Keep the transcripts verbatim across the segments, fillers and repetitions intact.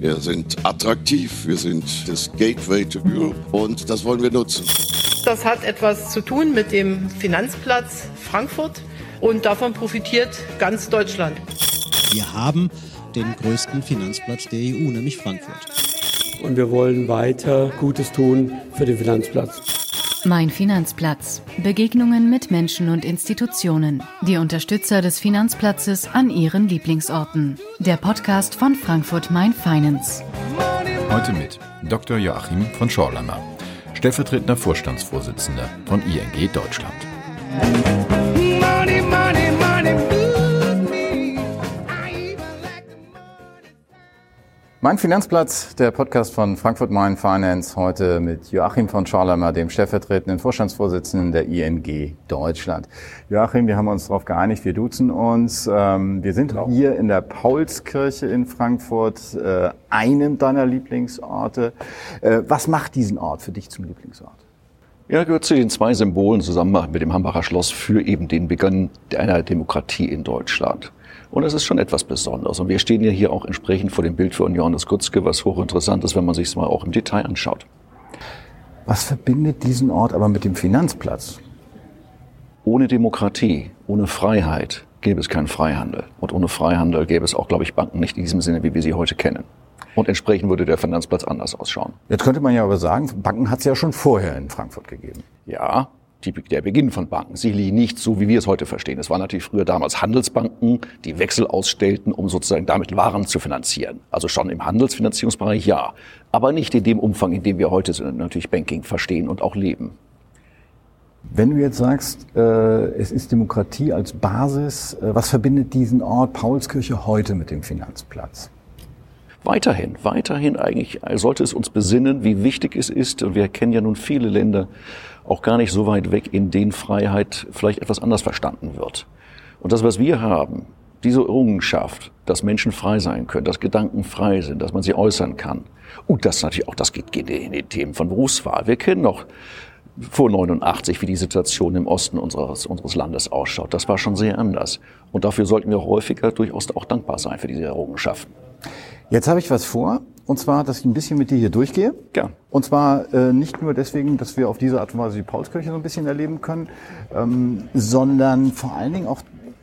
Wir sind attraktiv, wir sind das Gateway to Europe und das wollen wir nutzen. Das hat etwas zu tun mit dem Finanzplatz Frankfurt und davon profitiert ganz Deutschland. Wir haben den größten Finanzplatz der E U, nämlich Frankfurt. Und wir wollen weiter Gutes tun für den Finanzplatz. Mein Finanzplatz. Begegnungen mit Menschen und Institutionen. Die Unterstützer des Finanzplatzes an ihren Lieblingsorten. Der Podcast von Frankfurt Main Finance. Heute mit Doktor Joachim von Schorlemmer, stellvertretender Vorstandsvorsitzender von I N G Deutschland. Money, money, money. Mein Finanzplatz, der Podcast von Frankfurt Main Finance, heute mit Joachim von Schorlemmer, dem stellvertretenden Vorstandsvorsitzenden der I N G Deutschland. Joachim, wir haben uns darauf geeinigt, wir duzen uns. Ähm, wir sind genau. hier in der Paulskirche in Frankfurt, äh, einem deiner Lieblingsorte. Äh, was macht diesen Ort für dich zum Lieblingsort? Ja, gehört zu den zwei Symbolen zusammen mit dem Hambacher Schloss für eben den Beginn einer Demokratie in Deutschland. Und das ist schon etwas Besonderes. Und wir stehen ja hier auch entsprechend vor dem Bild von Johannes Gutzke, was hochinteressant ist, wenn man sich es mal auch im Detail anschaut. Was verbindet diesen Ort aber mit dem Finanzplatz? Ohne Demokratie, ohne Freiheit gäbe es keinen Freihandel. Und ohne Freihandel gäbe es auch, glaube ich, Banken nicht in diesem Sinne, wie wir sie heute kennen. Und entsprechend würde der Finanzplatz anders ausschauen. Jetzt könnte man ja aber sagen, Banken hat es ja schon vorher in Frankfurt gegeben. Ja. Die, der Beginn von Banken, sicherlich nicht so, wie wir es heute verstehen. Es waren natürlich früher damals Handelsbanken, die Wechsel ausstellten, um sozusagen damit Waren zu finanzieren. Also schon im Handelsfinanzierungsbereich, ja. Aber nicht in dem Umfang, in dem wir heute natürlich Banking verstehen und auch leben. Wenn du jetzt sagst, äh, es ist Demokratie als Basis, äh, was verbindet diesen Ort Paulskirche heute mit dem Finanzplatz? Weiterhin, weiterhin eigentlich sollte es uns besinnen, wie wichtig es ist. Und wir kennen ja nun viele Länder, auch gar nicht so weit weg, in denen Freiheit vielleicht etwas anders verstanden wird. Und das, was wir haben, diese Errungenschaft, dass Menschen frei sein können, dass Gedanken frei sind, dass man sie äußern kann. Und das natürlich auch, das geht, geht in die Themen von Berufswahl. Wir kennen noch vor neunundachtzig, wie die Situation im Osten unseres, unseres Landes ausschaut. Das war schon sehr anders. Und dafür sollten wir häufiger durchaus auch dankbar sein für diese Errungenschaften. Jetzt habe ich was vor, und zwar, dass ich ein bisschen mit dir hier durchgehe. Ja. Und zwar äh, nicht nur deswegen, dass wir auf diese Art und Weise die Paulskirche so ein bisschen erleben können, ähm, sondern vor allen Dingen auch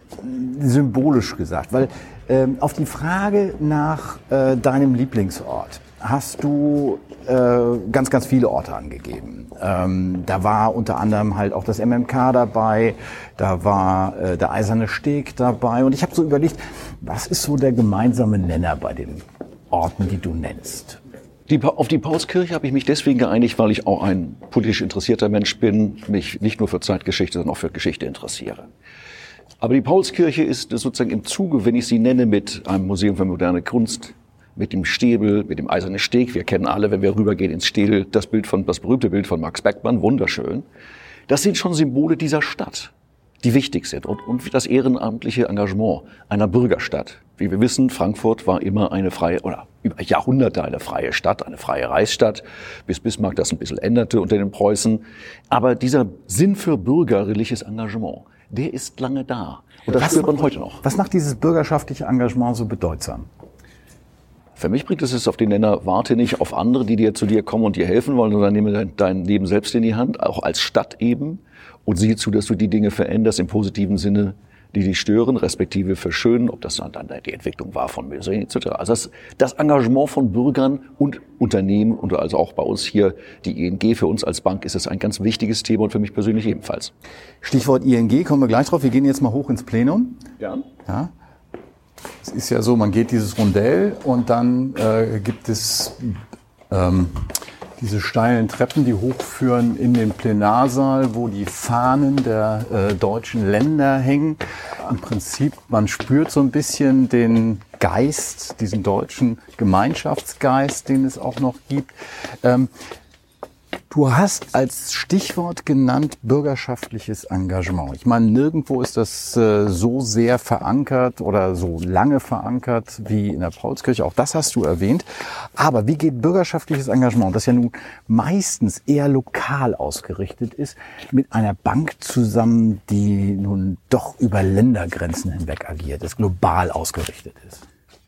symbolisch gesagt. Weil ähm, auf die Frage nach äh, deinem Lieblingsort hast du äh, ganz, ganz viele Orte angegeben. Ähm, da war unter anderem halt auch das M M K dabei, da war äh, der Eiserne Steg dabei. Und ich habe so überlegt, was ist so der gemeinsame Nenner bei den Orten, die du nennst? Die, auf die Paulskirche habe ich mich deswegen geeinigt, weil ich auch ein politisch interessierter Mensch bin, mich nicht nur für Zeitgeschichte, sondern auch für Geschichte interessiere. Aber die Paulskirche ist sozusagen im Zuge, wenn ich sie nenne, mit einem Museum für moderne Kunst, mit dem Stäbel, mit dem Eisernen Steg. Wir kennen alle, wenn wir rübergehen ins Städel, das Bild von, das berühmte Bild von Max Beckmann, wunderschön. Das sind schon Symbole dieser Stadt, die wichtig sind und, und das ehrenamtliche Engagement einer Bürgerstadt. Wie wir wissen, Frankfurt war immer eine freie, oder über Jahrhunderte eine freie Stadt, eine freie Reichsstadt, bis Bismarck das ein bisschen änderte unter den Preußen. Aber dieser Sinn für bürgerliches Engagement, der ist lange da. Und das spürt man heute noch. Was macht dieses bürgerschaftliche Engagement so bedeutsam? Für mich bringt es es auf den Nenner, warte nicht auf andere, die dir zu dir kommen und dir helfen wollen, sondern nehme dein, dein Leben selbst in die Hand, auch als Stadt eben, und siehe zu, dass du die Dinge veränderst im positiven Sinne, die dich stören, respektive verschönen, ob das dann die Entwicklung war von Museen et cetera. Also das, das Engagement von Bürgern und Unternehmen und also auch bei uns hier die I N G, für uns als Bank ist es ein ganz wichtiges Thema und für mich persönlich ebenfalls. Stichwort I N G, kommen wir gleich drauf. Wir gehen jetzt mal hoch ins Plenum. Ja. Ja. Es ist ja so, man geht dieses Rondell und dann äh, gibt es ähm, diese steilen Treppen, die hochführen in den Plenarsaal, wo die Fahnen der äh, deutschen Länder hängen. Im Prinzip, man spürt so ein bisschen den Geist, diesen deutschen Gemeinschaftsgeist, den es auch noch gibt. Ähm, Du hast als Stichwort genannt bürgerschaftliches Engagement. Ich meine, nirgendwo ist das äh, so sehr verankert oder so lange verankert wie in der Paulskirche. Auch das hast du erwähnt. Aber wie geht bürgerschaftliches Engagement, das ja nun meistens eher lokal ausgerichtet ist, mit einer Bank zusammen, die nun doch über Ländergrenzen hinweg agiert, das global ausgerichtet ist?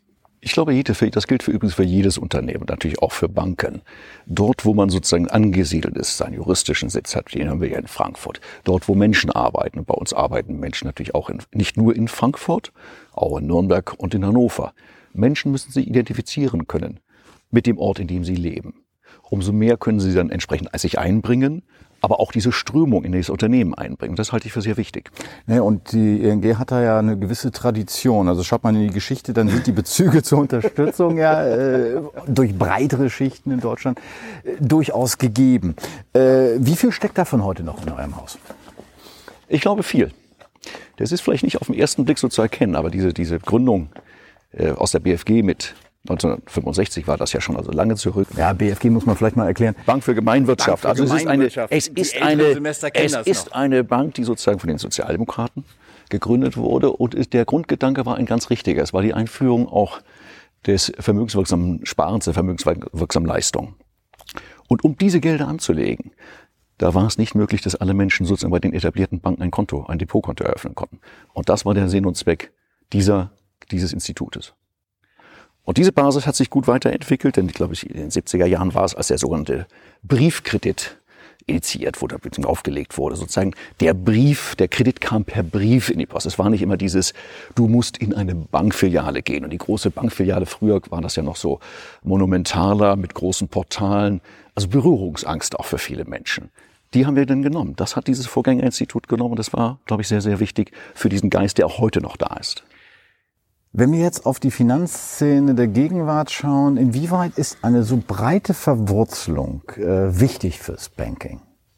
Ich glaube, das gilt für übrigens für jedes Unternehmen, natürlich auch für Banken. Dort, wo man sozusagen angesiedelt ist, seinen juristischen Sitz hat, den haben wir ja in Frankfurt. Dort, wo Menschen arbeiten, und bei uns arbeiten Menschen natürlich auch in, nicht nur in Frankfurt, auch in Nürnberg und in Hannover. Menschen müssen sich identifizieren können mit dem Ort, in dem sie leben. Umso mehr können sie dann entsprechend sich einbringen, aber auch diese Strömung in das Unternehmen einbringen. Das halte ich für sehr wichtig. Ja, und die I N G hat da ja eine gewisse Tradition. Also schaut man in die Geschichte, dann sind die Bezüge zur Unterstützung ja äh, durch breitere Schichten in Deutschland äh, durchaus gegeben. Äh, wie viel steckt davon heute noch in eurem Haus? Ich glaube viel. Das ist vielleicht nicht auf den ersten Blick so zu erkennen, aber diese, diese Gründung äh, aus der B F G mit neunzehnhundertfünfundsechzig war das ja schon, also lange zurück. Ja, B F G muss man vielleicht mal erklären. Bank für Gemeinwirtschaft. Bank für also Gemeinwirtschaft. es ist eine, es ist eine, es ist eine Bank, die sozusagen von den Sozialdemokraten gegründet wurde. Und der Grundgedanke war ein ganz richtiger. Es war die Einführung auch des vermögenswirksamen Sparens, der vermögenswirksamen Leistung. Und um diese Gelder anzulegen, da war es nicht möglich, dass alle Menschen sozusagen bei den etablierten Banken ein Konto, ein Depotkonto eröffnen konnten. Und das war der Sinn und Zweck dieser, dieses Institutes. Und diese Basis hat sich gut weiterentwickelt, denn, glaube ich, in den siebziger Jahren war es, als der sogenannte Briefkredit initiiert wurde, bzw. aufgelegt wurde. Sozusagen der Brief, der Kredit kam per Brief in die Post. Es war nicht immer dieses, du musst in eine Bankfiliale gehen. Und die große Bankfiliale, früher war das ja noch so monumentaler, mit großen Portalen, also Berührungsangst auch für viele Menschen. Die haben wir dann genommen. Das hat dieses Vorgängerinstitut genommen und das war, glaube ich, sehr, sehr wichtig für diesen Geist, der auch heute noch da ist. Wenn wir jetzt auf die Finanzszene der Gegenwart schauen, inwieweit ist eine so breite Verwurzelung äh, wichtig fürs Banking?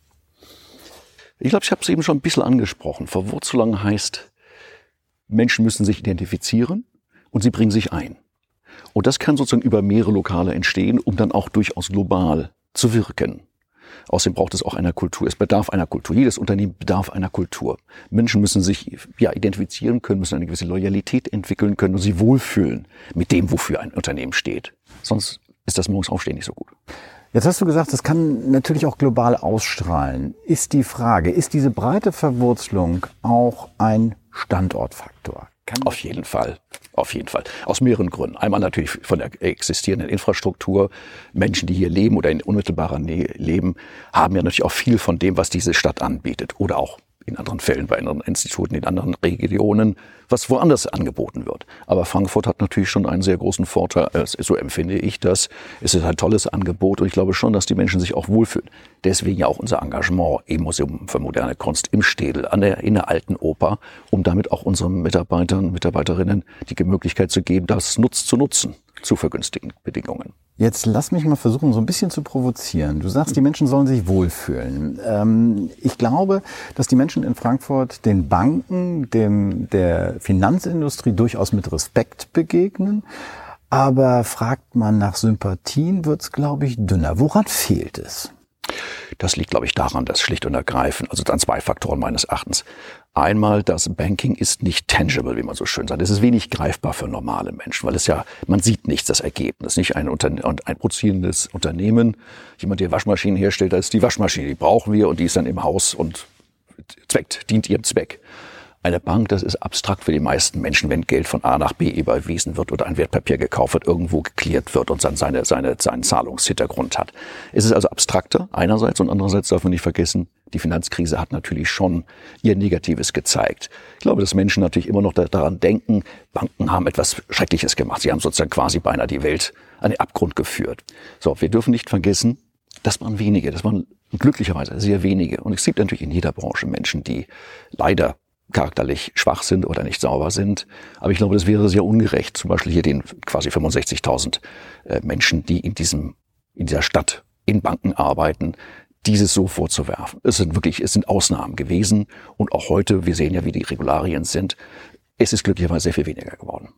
Ich glaube, ich habe es eben schon ein bisschen angesprochen. Verwurzelung heißt, Menschen müssen sich identifizieren und sie bringen sich ein. Und das kann sozusagen über mehrere Lokale entstehen, um dann auch durchaus global zu wirken. Außerdem braucht es auch einer Kultur. Es bedarf einer Kultur. Jedes Unternehmen bedarf einer Kultur. Menschen müssen sich ja identifizieren können, müssen eine gewisse Loyalität entwickeln können und sich wohlfühlen mit dem, wofür ein Unternehmen steht. Sonst ist das morgens Aufstehen nicht so gut. Jetzt hast du gesagt, das kann natürlich auch global ausstrahlen. Ist die Frage, ist diese breite Verwurzelung auch ein Standortfaktor? Kann Auf jeden Fall. Auf jeden Fall. Aus mehreren Gründen. Einmal natürlich von der existierenden Infrastruktur. Menschen, die hier leben oder in unmittelbarer Nähe leben, haben ja natürlich auch viel von dem, was diese Stadt anbietet. Oder auch in anderen Fällen, bei anderen Instituten, in anderen Regionen, was woanders angeboten wird. Aber Frankfurt hat natürlich schon einen sehr großen Vorteil, so empfinde ich das. Es ist ein tolles Angebot und ich glaube schon, dass die Menschen sich auch wohlfühlen. Deswegen ja auch unser Engagement im Museum für moderne Kunst, im Städel, an der, in der Alten Oper, um damit auch unseren Mitarbeitern und Mitarbeiterinnen die Möglichkeit zu geben, das Nutz zu nutzen, zu vergünstigen Bedingungen. Jetzt lass mich mal versuchen, so ein bisschen zu provozieren. Du sagst, die Menschen sollen sich wohlfühlen. Ähm, ich glaube, dass die Menschen in Frankfurt den Banken, dem, der Finanzindustrie durchaus mit Respekt begegnen. Aber fragt man nach Sympathien, wird's, glaube ich, dünner. Woran fehlt es? Das liegt, glaube ich, daran, dass schlicht und ergreifend, also an zwei Faktoren meines Erachtens. Einmal, das Banking ist nicht tangible, wie man so schön sagt. Es ist wenig greifbar für normale Menschen, weil es ja, man sieht nichts, das Ergebnis. Nicht ein, Unterne- ein produzierendes Unternehmen, jemand, der Waschmaschinen herstellt, das ist die Waschmaschine, die brauchen wir und die ist dann im Haus und zweckt, dient ihrem Zweck. Eine Bank, das ist abstrakt für die meisten Menschen, wenn Geld von A nach B überwiesen wird oder ein Wertpapier gekauft wird, irgendwo geklärt wird und dann seine, seine, seinen Zahlungshintergrund hat. Es ist also abstrakter einerseits und andererseits darf man nicht vergessen, die Finanzkrise hat natürlich schon ihr Negatives gezeigt. Ich glaube, dass Menschen natürlich immer noch daran denken, Banken haben etwas Schreckliches gemacht. Sie haben sozusagen quasi beinahe die Welt an den Abgrund geführt. So, wir dürfen nicht vergessen, das waren wenige, das waren glücklicherweise sehr wenige. Und es gibt natürlich in jeder Branche Menschen, die leider charakterlich schwach sind oder nicht sauber sind. Aber ich glaube, das wäre sehr ungerecht, zum Beispiel hier den quasi fünfundsechzigtausend äh, Menschen, die in diesem, in dieser Stadt in Banken arbeiten, dieses so vorzuwerfen. Es sind wirklich, es sind Ausnahmen gewesen und auch heute, wir sehen ja, wie die Regularien sind, es ist glücklicherweise sehr viel weniger geworden.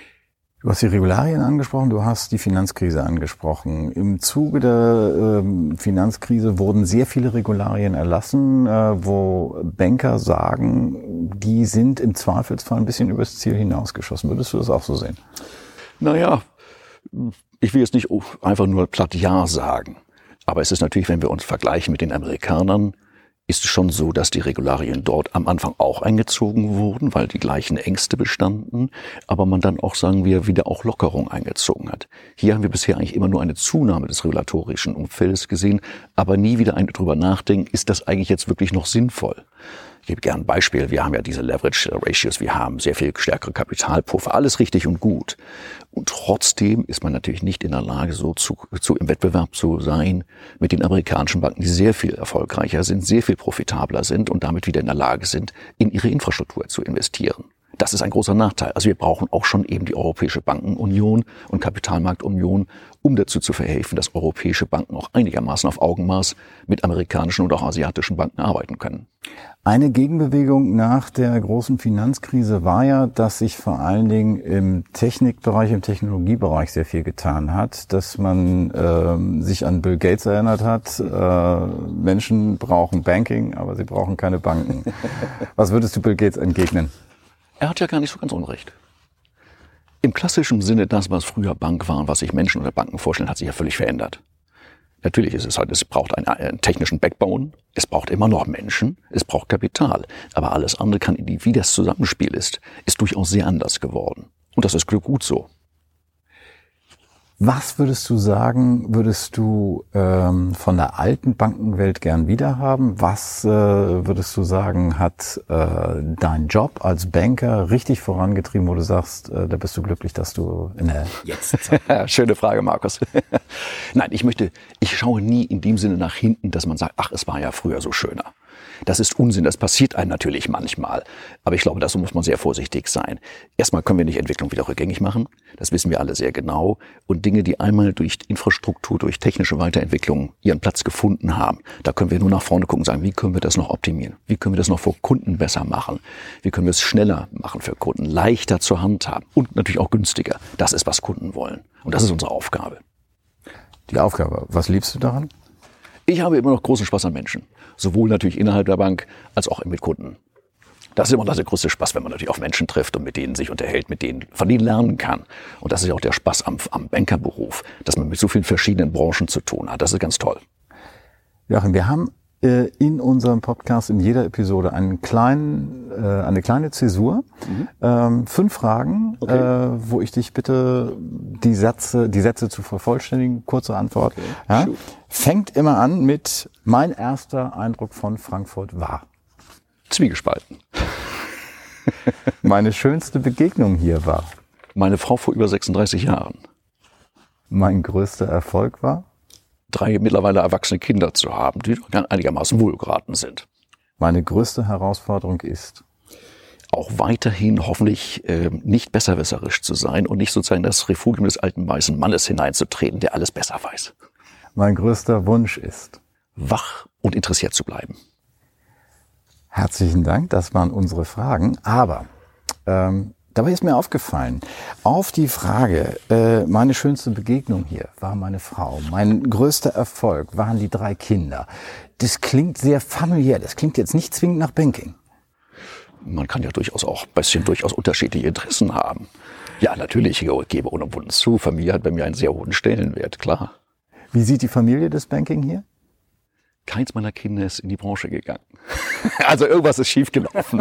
Du hast die Regularien angesprochen, du hast die Finanzkrise angesprochen. Im Zuge der äh, Finanzkrise wurden sehr viele Regularien erlassen, äh, wo Banker sagen, die sind im Zweifelsfall ein bisschen übers Ziel hinausgeschossen. Würdest du das auch so sehen? Naja, ich will jetzt nicht einfach nur platt Ja sagen. Aber es ist natürlich, wenn wir uns vergleichen mit den Amerikanern, ist es schon so, dass die Regularien dort am Anfang auch eingezogen wurden, weil die gleichen Ängste bestanden, aber man dann auch, sagen wir, wieder auch Lockerung eingezogen hat. Hier haben wir bisher eigentlich immer nur eine Zunahme des regulatorischen Umfeldes gesehen, aber nie wieder ein drüber nachdenken, ist das eigentlich jetzt wirklich noch sinnvoll? Ich gebe gerne ein Beispiel. Wir haben ja diese Leverage Ratios, wir haben sehr viel stärkere Kapitalpuffer, alles richtig und gut. Und trotzdem ist man natürlich nicht in der Lage, so zu, zu im Wettbewerb zu sein mit den amerikanischen Banken, die sehr viel erfolgreicher sind, sehr viel profitabler sind und damit wieder in der Lage sind, in ihre Infrastruktur zu investieren. Das ist ein großer Nachteil. Also wir brauchen auch schon eben die Europäische Bankenunion und Kapitalmarktunion, um dazu zu verhelfen, dass europäische Banken auch einigermaßen auf Augenmaß mit amerikanischen und auch asiatischen Banken arbeiten können. Eine Gegenbewegung nach der großen Finanzkrise war ja, dass sich vor allen Dingen im Technikbereich, im Technologiebereich sehr viel getan hat, dass man äh, sich an Bill Gates erinnert hat, äh, Menschen brauchen Banking, aber sie brauchen keine Banken. Was würdest du Bill Gates entgegnen? Er hat ja gar nicht so ganz unrecht. Im klassischen Sinne, das, was früher Bank war und was sich Menschen unter Banken vorstellen, hat sich ja völlig verändert. Natürlich ist es halt, es braucht einen, einen technischen Backbone, es braucht immer noch Menschen, es braucht Kapital. Aber alles andere kann, wie das Zusammenspiel ist, ist durchaus sehr anders geworden. Und das ist gut so. Was würdest du sagen, würdest du ähm, von der alten Bankenwelt gern wiederhaben? Was äh, würdest du sagen, hat äh, dein Job als Banker richtig vorangetrieben, wo du sagst, äh, da bist du glücklich, dass du in der Jetztzeit... Schöne Frage, Markus. Nein, ich möchte, ich schaue nie in dem Sinne nach hinten, dass man sagt, ach, es war ja früher so schöner. Das ist Unsinn, das passiert einem natürlich manchmal. Aber ich glaube, dazu muss man sehr vorsichtig sein. Erstmal können wir nicht Entwicklung wieder rückgängig machen. Das wissen wir alle sehr genau. Und Dinge, die einmal durch Infrastruktur, durch technische Weiterentwicklung ihren Platz gefunden haben, da können wir nur nach vorne gucken und sagen, wie können wir das noch optimieren? Wie können wir das noch für Kunden besser machen? Wie können wir es schneller machen für Kunden, leichter zur Hand haben und natürlich auch günstiger? Das ist, was Kunden wollen. Und das ist unsere Aufgabe. Die Aufgabe. Was liebst du daran? Ich habe immer noch großen Spaß an Menschen. Sowohl natürlich innerhalb der Bank als auch mit Kunden. Das ist immer noch der größte Spaß, wenn man natürlich auf Menschen trifft und mit denen sich unterhält, mit denen, von denen lernen kann. Und das ist ja auch der Spaß am, am Bankerberuf, dass man mit so vielen verschiedenen Branchen zu tun hat. Das ist ganz toll. Joachim, wir haben äh, in unserem Podcast in jeder Episode einen kleinen, äh, eine kleine Zäsur. Mhm. Ähm, fünf Fragen, okay. äh, wo ich dich bitte, die Sätze, die Sätze zu vervollständigen. Kurze Antwort. Okay. Ja? Fängt immer an mit, mein erster Eindruck von Frankfurt war. Zwiegespalten. Meine schönste Begegnung hier war. Meine Frau vor über sechsunddreißig Jahren. Mein größter Erfolg war? Drei mittlerweile erwachsene Kinder zu haben, die einigermaßen wohlgeraten sind. Meine größte Herausforderung ist? Auch weiterhin hoffentlich äh, nicht besserwisserisch zu sein und nicht sozusagen das Refugium des alten weißen Mannes hineinzutreten, der alles besser weiß. Mein größter Wunsch ist? Wach und interessiert zu bleiben. Herzlichen Dank, das waren unsere Fragen. Aber ähm, dabei ist mir aufgefallen, auf die Frage, äh, meine schönste Begegnung hier war meine Frau, mein größter Erfolg waren die drei Kinder. Das klingt sehr familiär, das klingt jetzt nicht zwingend nach Banking. Man kann ja durchaus auch ein bisschen durchaus unterschiedliche Interessen haben. Ja, natürlich, ich gebe unumwunden zu, Familie hat bei mir einen sehr hohen Stellenwert, klar. Wie sieht die Familie des Banking hier? Keins meiner Kinder ist in die Branche gegangen. Also irgendwas ist schiefgelaufen.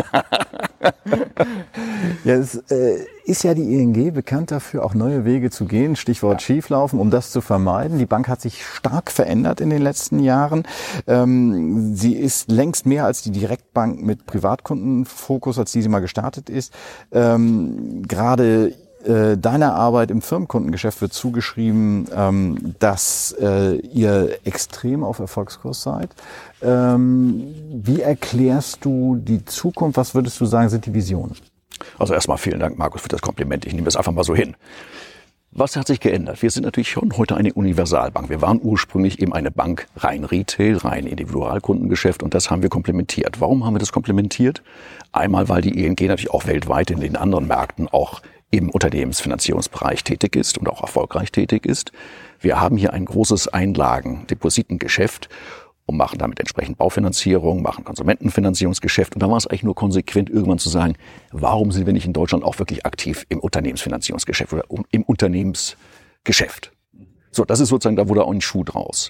Ja, es äh, ist ja die I N G bekannt dafür, auch neue Wege zu gehen. Stichwort ja. Schieflaufen, um das zu vermeiden. Die Bank hat sich stark verändert in den letzten Jahren. Ähm, sie ist längst mehr als die Direktbank mit Privatkundenfokus, als die sie mal gestartet ist. Ähm, gerade deiner Arbeit im Firmenkundengeschäft wird zugeschrieben, ähm, dass äh, ihr extrem auf Erfolgskurs seid. Ähm, wie erklärst du die Zukunft? Was würdest du sagen, sind die Visionen? Also erstmal vielen Dank, Markus, für das Kompliment. Ich nehme das einfach mal so hin. Was hat sich geändert? Wir sind natürlich schon heute eine Universalbank. Wir waren ursprünglich eben eine Bank rein Retail, rein Individualkundengeschäft und das haben wir komplementiert. Warum haben wir das komplementiert? Einmal, weil die I N G natürlich auch weltweit in den anderen Märkten auch im Unternehmensfinanzierungsbereich tätig ist und auch erfolgreich tätig ist. Wir haben hier ein großes Einlagen-Depositengeschäft und machen damit entsprechend Baufinanzierung, machen Konsumentenfinanzierungsgeschäft. Und da war es eigentlich nur konsequent, irgendwann zu sagen, warum sind wir nicht in Deutschland auch wirklich aktiv im Unternehmensfinanzierungsgeschäft oder im Unternehmensgeschäft? So, das ist sozusagen, da wurde auch ein Schuh draus.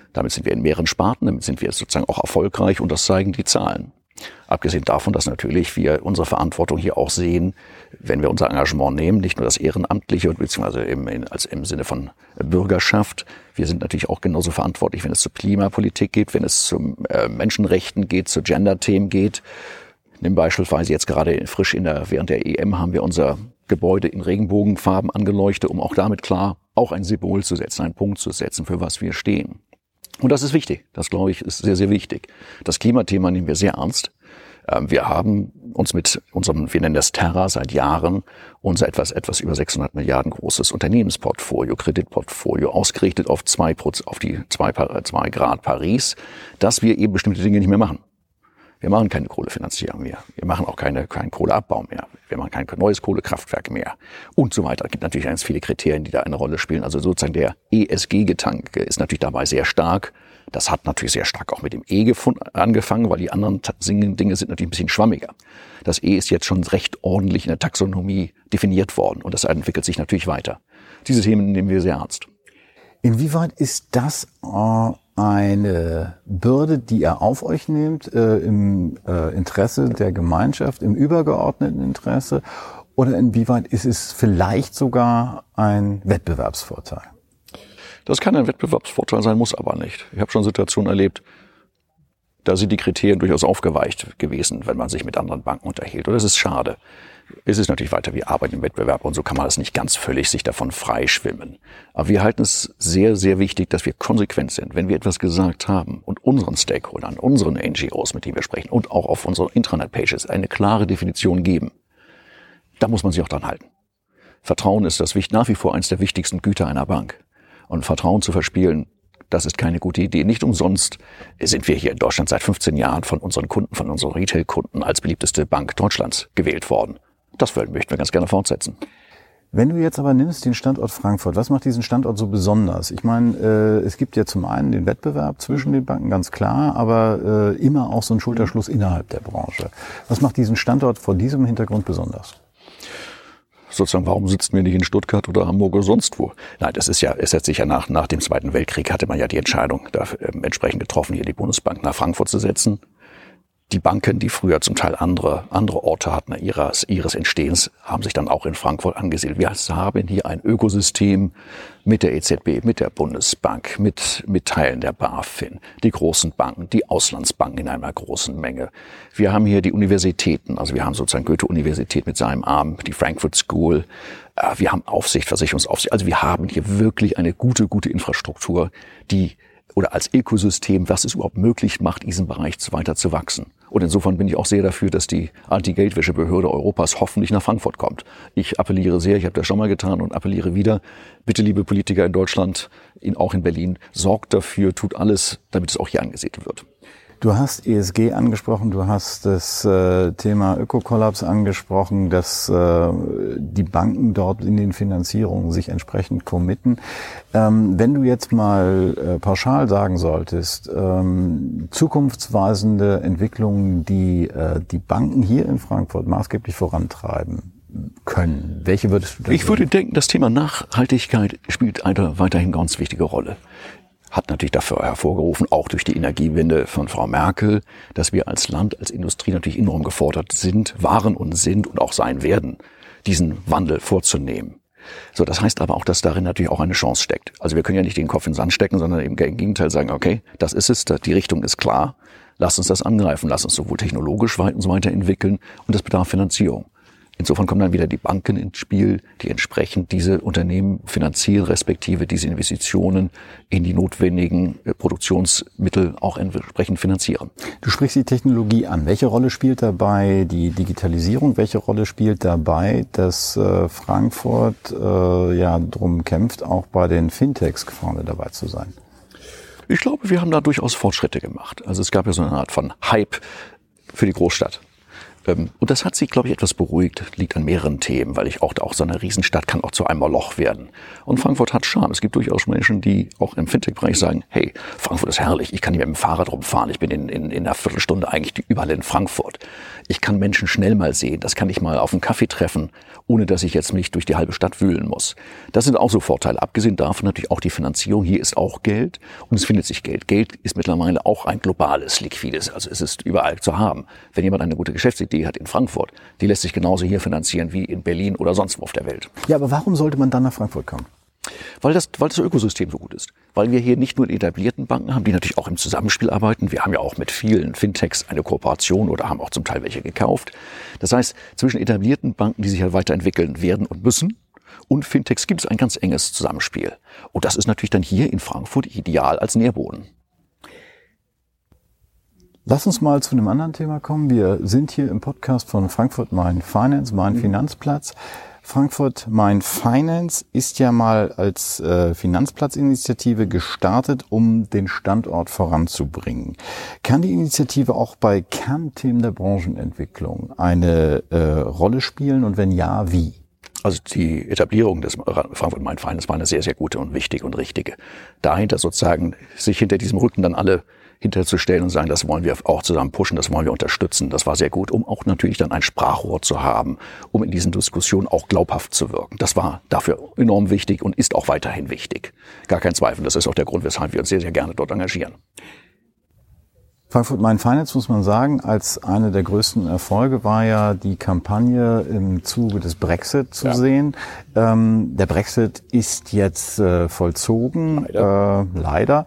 Damit sind wir in mehreren Sparten, damit sind wir sozusagen auch erfolgreich und das zeigen die Zahlen. Abgesehen davon, dass natürlich wir unsere Verantwortung hier auch sehen, wenn wir unser Engagement nehmen, nicht nur das Ehrenamtliche, beziehungsweise im, in, als im Sinne von Bürgerschaft. Wir sind natürlich auch genauso verantwortlich, wenn es zur Klimapolitik geht, wenn es zu äh, Menschenrechten geht, zu Gender-Themen geht. Nimm beispielsweise jetzt gerade frisch in der, während der E M haben wir unser Gebäude in Regenbogenfarben angeleuchtet, um auch damit klar auch ein Symbol zu setzen, einen Punkt zu setzen, für was wir stehen. Und das ist wichtig. Das, glaube ich, ist sehr, sehr wichtig. Das Klimathema nehmen wir sehr ernst. Wir haben uns mit unserem, wir nennen das Terra, seit Jahren unser etwas, etwas über sechshundert Milliarden großes Unternehmensportfolio, Kreditportfolio ausgerichtet auf zwei, auf die zwei, zwei Grad Paris, dass wir eben bestimmte Dinge nicht mehr machen. Wir machen keine Kohlefinanzierung mehr. Wir machen auch keine, keinen Kohleabbau mehr. Wir machen kein neues Kohlekraftwerk mehr. Und so weiter. Es gibt natürlich ganz viele Kriterien, die da eine Rolle spielen. Also sozusagen der E S G-Gedanke ist natürlich dabei sehr stark. Das hat natürlich sehr stark auch mit dem E angefangen, weil die anderen Dinge sind natürlich ein bisschen schwammiger. Das E ist jetzt schon recht ordentlich in der Taxonomie definiert worden und das entwickelt sich natürlich weiter. Diese Themen nehmen wir sehr ernst. Inwieweit ist das äh, eine Bürde, die ihr auf euch nehmt, äh, im äh, Interesse der Gemeinschaft, im übergeordneten Interesse? Oder inwieweit ist es vielleicht sogar ein Wettbewerbsvorteil? Das kann ein Wettbewerbsvorteil sein, muss aber nicht. Ich habe schon Situationen erlebt, da sind die Kriterien durchaus aufgeweicht gewesen, wenn man sich mit anderen Banken unterhielt. Und das ist schade. Es ist natürlich weiter, wir arbeiten im Wettbewerb und so kann man das nicht ganz völlig sich davon freischwimmen. Aber wir halten es sehr, sehr wichtig, dass wir konsequent sind. Wenn wir etwas gesagt haben und unseren Stakeholdern, unseren N G Os, mit denen wir sprechen und auch auf unseren Intranet-Pages eine klare Definition geben, da muss man sich auch dran halten. Vertrauen ist das nach wie vor eines der wichtigsten Güter einer Bank. Und Vertrauen zu verspielen, das ist keine gute Idee. Nicht umsonst sind wir hier in Deutschland seit fünfzehn Jahren von unseren Kunden, von unseren Retail-Kunden als beliebteste Bank Deutschlands gewählt worden. Das möchten wir ganz gerne fortsetzen. Wenn du jetzt aber nimmst den Standort Frankfurt, was macht diesen Standort so besonders? Ich meine, äh, es gibt ja zum einen den Wettbewerb zwischen den Banken, ganz klar, aber äh, immer auch so einen Schulterschluss innerhalb der Branche. Was macht diesen Standort vor diesem Hintergrund besonders? Sozusagen, warum sitzen wir nicht in Stuttgart oder Hamburg oder sonst wo? Nein, das ist ja, es hat sich ja nach, nach dem Zweiten Weltkrieg hatte man ja die Entscheidung da, äh, entsprechend getroffen, hier die Bundesbank nach Frankfurt zu setzen. Die Banken, die früher zum Teil andere, andere Orte hatten ihres, ihres Entstehens, haben sich dann auch in Frankfurt angesiedelt. Wir haben hier ein Ökosystem mit der E Z B, mit der Bundesbank, mit, mit Teilen der BaFin, die großen Banken, die Auslandsbanken in einer großen Menge. Wir haben hier die Universitäten, also wir haben sozusagen Goethe-Universität mit seinem Arm, die Frankfurt School. Wir haben Aufsicht, Versicherungsaufsicht. Also wir haben hier wirklich eine gute, gute Infrastruktur, die oder als Ökosystem, was es überhaupt möglich macht, diesen Bereich weiter zu wachsen. Und insofern bin ich auch sehr dafür, dass die Anti-Geldwäsche-Behörde Europas hoffentlich nach Frankfurt kommt. Ich appelliere sehr, ich habe das schon mal getan und appelliere wieder, bitte liebe Politiker in Deutschland, in, auch in Berlin, sorgt dafür, tut alles, damit es auch hier angesiedelt wird. Du hast E S G angesprochen, du hast das äh, Thema Ökokollaps angesprochen, dass äh, die Banken dort in den Finanzierungen sich entsprechend committen. Ähm, wenn du jetzt mal äh, pauschal sagen solltest, ähm, zukunftsweisende Entwicklungen, die äh, die Banken hier in Frankfurt maßgeblich vorantreiben können, welche würdest du da Ich sehen? würde denken, das Thema Nachhaltigkeit spielt eine weiterhin ganz wichtige Rolle. Hat natürlich dafür hervorgerufen, auch durch die Energiewende von Frau Merkel, dass wir als Land, als Industrie natürlich enorm gefordert sind, waren und sind und auch sein werden, diesen Wandel vorzunehmen. So, das heißt aber auch, dass darin natürlich auch eine Chance steckt. Also wir können ja nicht den Kopf in den Sand stecken, sondern im Gegenteil sagen, okay, das ist es, die Richtung ist klar, lass uns das angreifen, lass uns sowohl technologisch weit und so weiter entwickeln und das bedarf Finanzierung. Insofern kommen dann wieder die Banken ins Spiel, die entsprechend diese Unternehmen finanzieren, respektive diese Investitionen in die notwendigen Produktionsmittel auch entsprechend finanzieren. Du sprichst die Technologie an. Welche Rolle spielt dabei die Digitalisierung? Welche Rolle spielt dabei, dass äh, Frankfurt äh, ja drum kämpft, auch bei den Fintechs vorne dabei zu sein? Ich glaube, wir haben da durchaus Fortschritte gemacht. Also es gab ja so eine Art von Hype für die Großstadt. Und das hat sie, glaube ich, etwas beruhigt. Liegt an mehreren Themen, weil ich auch, auch so eine Riesenstadt kann auch zu einem Moloch werden. Und Frankfurt hat Charme. Es gibt durchaus Menschen, die auch im Fintech-Bereich sagen, hey, Frankfurt ist herrlich. Ich kann hier mit dem Fahrrad rumfahren. Ich bin in, in, in einer Viertelstunde eigentlich überall in Frankfurt. Ich kann Menschen schnell mal sehen. Das kann ich mal auf einen Kaffee treffen, ohne dass ich jetzt mich durch die halbe Stadt wühlen muss. Das sind auch so Vorteile. Abgesehen davon natürlich auch die Finanzierung. Hier ist auch Geld und es findet sich Geld. Geld ist mittlerweile auch ein globales, liquides. Also es ist überall zu haben. Wenn jemand eine gute Geschäftsidee hat in Frankfurt, die lässt sich genauso hier finanzieren wie in Berlin oder sonst wo auf der Welt. Ja, aber warum sollte man dann nach Frankfurt kommen? Weil das, weil das Ökosystem so gut ist. Weil wir hier nicht nur die etablierten Banken haben, die natürlich auch im Zusammenspiel arbeiten. Wir haben ja auch mit vielen Fintechs eine Kooperation oder haben auch zum Teil welche gekauft. Das heißt, zwischen etablierten Banken, die sich ja weiterentwickeln werden und müssen, und Fintechs gibt es ein ganz enges Zusammenspiel. Und das ist natürlich dann hier in Frankfurt ideal als Nährboden. Lass uns mal zu einem anderen Thema kommen. Wir sind hier im Podcast von Frankfurt Main Finance, Main mhm. Finanzplatz. Frankfurt Main Finance ist ja mal als äh, Finanzplatzinitiative gestartet, um den Standort voranzubringen. Kann die Initiative auch bei Kernthemen der Branchenentwicklung eine äh, Rolle spielen und wenn ja, wie? Also die Etablierung des Frankfurt Main Finance war eine sehr, sehr gute und wichtige und richtige. Dahinter sozusagen sich hinter diesem Rücken dann alle hinterzustellen und sagen, das wollen wir auch zusammen pushen, das wollen wir unterstützen. Das war sehr gut, um auch natürlich dann ein Sprachrohr zu haben, um in diesen Diskussionen auch glaubhaft zu wirken. Das war dafür enorm wichtig und ist auch weiterhin wichtig. Gar kein Zweifel, das ist auch der Grund, weshalb wir uns sehr, sehr gerne dort engagieren. Frankfurt Main Finance, muss man sagen, als eine der größten Erfolge war ja die Kampagne im Zuge des Brexit zu ja. sehen. Ähm, der Brexit ist jetzt äh, vollzogen, leider. Äh, leider.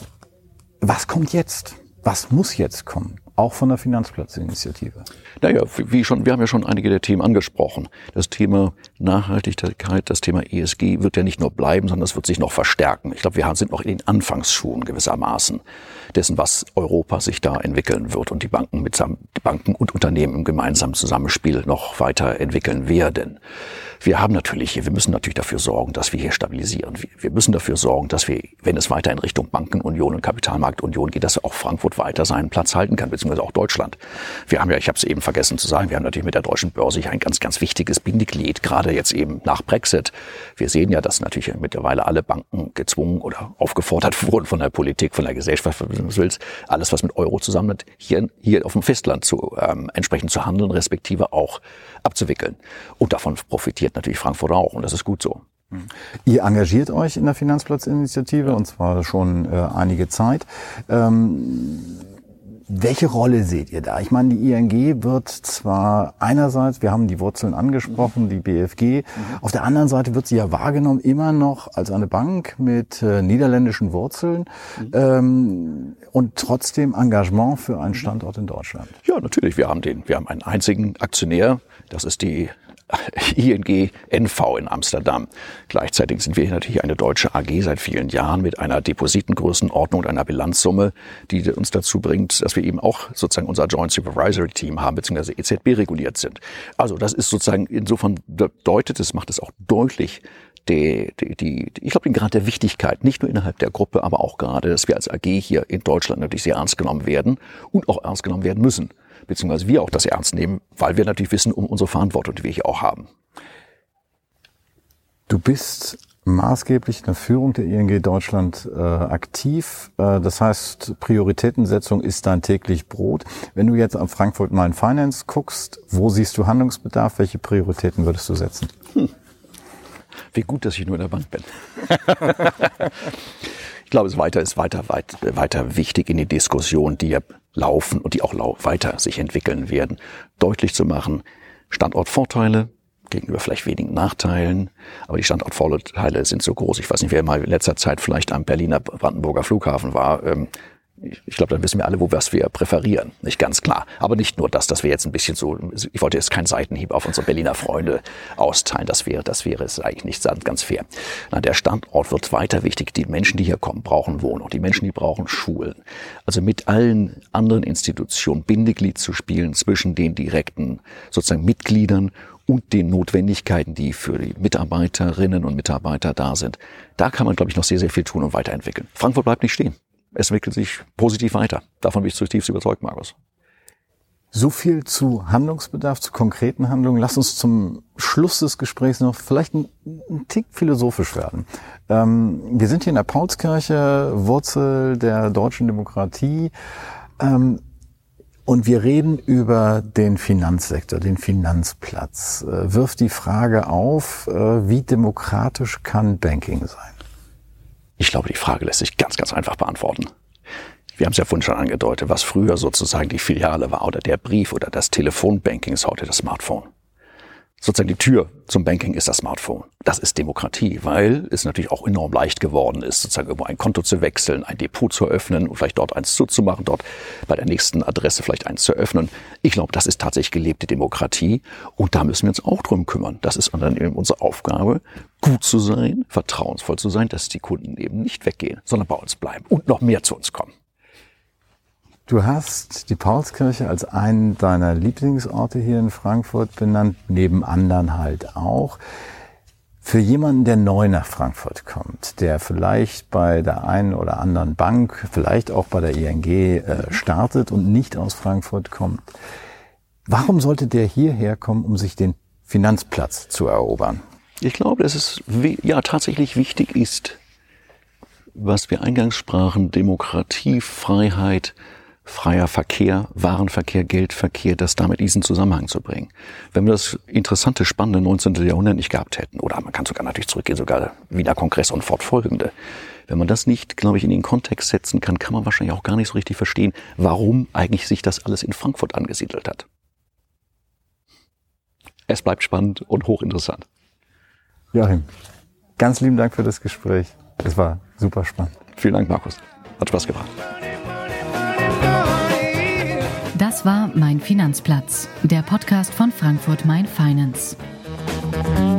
Was kommt jetzt? Was muss jetzt kommen? Auch von der Finanzplatzinitiative. Naja, wie schon, wir haben ja schon einige der Themen angesprochen. Das Thema Nachhaltigkeit, das Thema E S G wird ja nicht nur bleiben, sondern es wird sich noch verstärken. Ich glaube, wir sind noch in den Anfangsschuhen gewissermaßen dessen, was Europa sich da entwickeln wird und die Banken mit die Banken und Unternehmen im gemeinsamen Zusammenspiel noch weiter entwickeln werden. Wir haben natürlich hier, wir müssen natürlich dafür sorgen, dass wir hier stabilisieren. Wir müssen dafür sorgen, dass wir, wenn es weiter in Richtung Bankenunion und Kapitalmarktunion geht, dass auch Frankfurt weiter seinen Platz halten kann, beziehungsweise auch Deutschland. Wir haben ja, ich habe es eben vergessen zu sagen, wir haben natürlich mit der deutschen Börse hier ein ganz, ganz wichtiges Bindeglied, gerade jetzt eben nach Brexit. Wir sehen ja, dass natürlich mittlerweile alle Banken gezwungen oder aufgefordert wurden von der Politik, von der Gesellschaft, alles, was mit Euro zusammen hat, hier, hier auf dem Festland zu, ähm, entsprechend zu handeln, respektive auch abzuwickeln. Und davon profitiert natürlich Frankfurt auch und das ist gut so. Ihr engagiert euch in der Finanzplatzinitiative und zwar schon äh, einige Zeit. Ähm, welche Rolle seht ihr da? Ich meine, die I N G wird zwar einerseits, wir haben die Wurzeln angesprochen, die B F G, mhm. auf der anderen Seite wird sie ja wahrgenommen immer noch als eine Bank mit äh, niederländischen Wurzeln mhm. ähm, und trotzdem Engagement für einen Standort in Deutschland. Ja, natürlich. Wir haben den, wir haben einen einzigen Aktionär, das ist die I N G N V in Amsterdam. Gleichzeitig sind wir natürlich eine deutsche A G seit vielen Jahren mit einer Depositengrößenordnung und einer Bilanzsumme, die uns dazu bringt, dass wir eben auch sozusagen unser Joint Supervisory Team haben, beziehungsweise E Z B reguliert sind. Also das ist sozusagen, insofern bedeutet es, macht es auch deutlich, Die, die, die, ich glaube, den Grad der Wichtigkeit, nicht nur innerhalb der Gruppe, aber auch gerade, dass wir als A G hier in Deutschland natürlich sehr ernst genommen werden und auch ernst genommen werden müssen. Beziehungsweise wir auch das ernst nehmen, weil wir natürlich wissen um unsere Verantwortung, die wir hier auch haben. Du bist maßgeblich in der Führung der I N G Deutschland äh, aktiv. Äh, das heißt, Prioritätensetzung ist dein täglich Brot. Wenn du jetzt am Frankfurt Main Finance guckst, wo siehst du Handlungsbedarf? Welche Prioritäten würdest du setzen? Hm. Wie gut, dass ich nur in der Bank bin. Ich glaube, es weiter ist weiter, weiter, weiter wichtig in die Diskussion, die ja laufen und die auch weiter sich entwickeln werden, deutlich zu machen, Standortvorteile gegenüber vielleicht wenigen Nachteilen, aber die Standortvorteile sind so groß. Ich weiß nicht, wer mal in letzter Zeit vielleicht am Berliner Brandenburger Flughafen war. Ich glaube, dann wissen wir alle, wo was wir präferieren. Nicht ganz klar. Aber nicht nur das, dass wir jetzt ein bisschen so, ich wollte jetzt keinen Seitenhieb auf unsere Berliner Freunde austeilen. Das wäre, das wäre es eigentlich nicht ganz fair. Nein, der Standort wird weiter wichtig. Die Menschen, die hier kommen, brauchen Wohnung. Die Menschen, die brauchen Schulen. Also mit allen anderen Institutionen Bindeglied zu spielen zwischen den direkten sozusagen Mitgliedern und den Notwendigkeiten, die für die Mitarbeiterinnen und Mitarbeiter da sind. Da kann man, glaube ich, noch sehr, sehr viel tun und weiterentwickeln. Frankfurt bleibt nicht stehen. Es entwickelt sich positiv weiter. Davon bin ich zutiefst überzeugt, Markus. So viel zu Handlungsbedarf, zu konkreten Handlungen. Lass uns zum Schluss des Gesprächs noch vielleicht ein, ein Tick philosophisch werden. Ähm, wir sind hier in der Paulskirche, Wurzel der deutschen Demokratie. Ähm, und wir reden über den Finanzsektor, den Finanzplatz. Äh, wirft die Frage auf, äh, wie demokratisch kann Banking sein? Ich glaube, die Frage lässt sich ganz, ganz einfach beantworten. Wir haben es ja vorhin schon angedeutet, was früher sozusagen die Filiale war oder der Brief oder das Telefonbanking ist heute das Smartphone. Sozusagen die Tür zum Banking ist das Smartphone. Das ist Demokratie, weil es natürlich auch enorm leicht geworden ist, sozusagen irgendwo ein Konto zu wechseln, ein Depot zu öffnen und vielleicht dort eins zuzumachen, dort bei der nächsten Adresse vielleicht eins zu öffnen. Ich glaube, das ist tatsächlich gelebte Demokratie und da müssen wir uns auch drum kümmern. Das ist dann eben unsere Aufgabe, gut zu sein, vertrauensvoll zu sein, dass die Kunden eben nicht weggehen, sondern bei uns bleiben und noch mehr zu uns kommen. Du hast die Paulskirche als einen deiner Lieblingsorte hier in Frankfurt benannt, neben anderen halt auch. Für jemanden, der neu nach Frankfurt kommt, der vielleicht bei der einen oder anderen Bank, vielleicht auch bei der I N G äh, startet und nicht aus Frankfurt kommt, warum sollte der hierher kommen, um sich den Finanzplatz zu erobern? Ich glaube, dass es ja tatsächlich wichtig ist, was wir eingangs sprachen, Demokratie, Freiheit, freier Verkehr, Warenverkehr, Geldverkehr, das damit diesen Zusammenhang zu bringen. Wenn wir das interessante, spannende neunzehnten Jahrhundert nicht gehabt hätten, oder man kann sogar natürlich zurückgehen, sogar Wiener Kongress und fortfolgende, wenn man das nicht, glaube ich, in den Kontext setzen kann, kann man wahrscheinlich auch gar nicht so richtig verstehen, warum eigentlich sich das alles in Frankfurt angesiedelt hat. Es bleibt spannend und hochinteressant. Joachim, ganz lieben Dank für das Gespräch. Es war super spannend. Vielen Dank, Markus. Hat Spaß gemacht. Das war Mein Finanzplatz, der Podcast von Frankfurt Main Finance.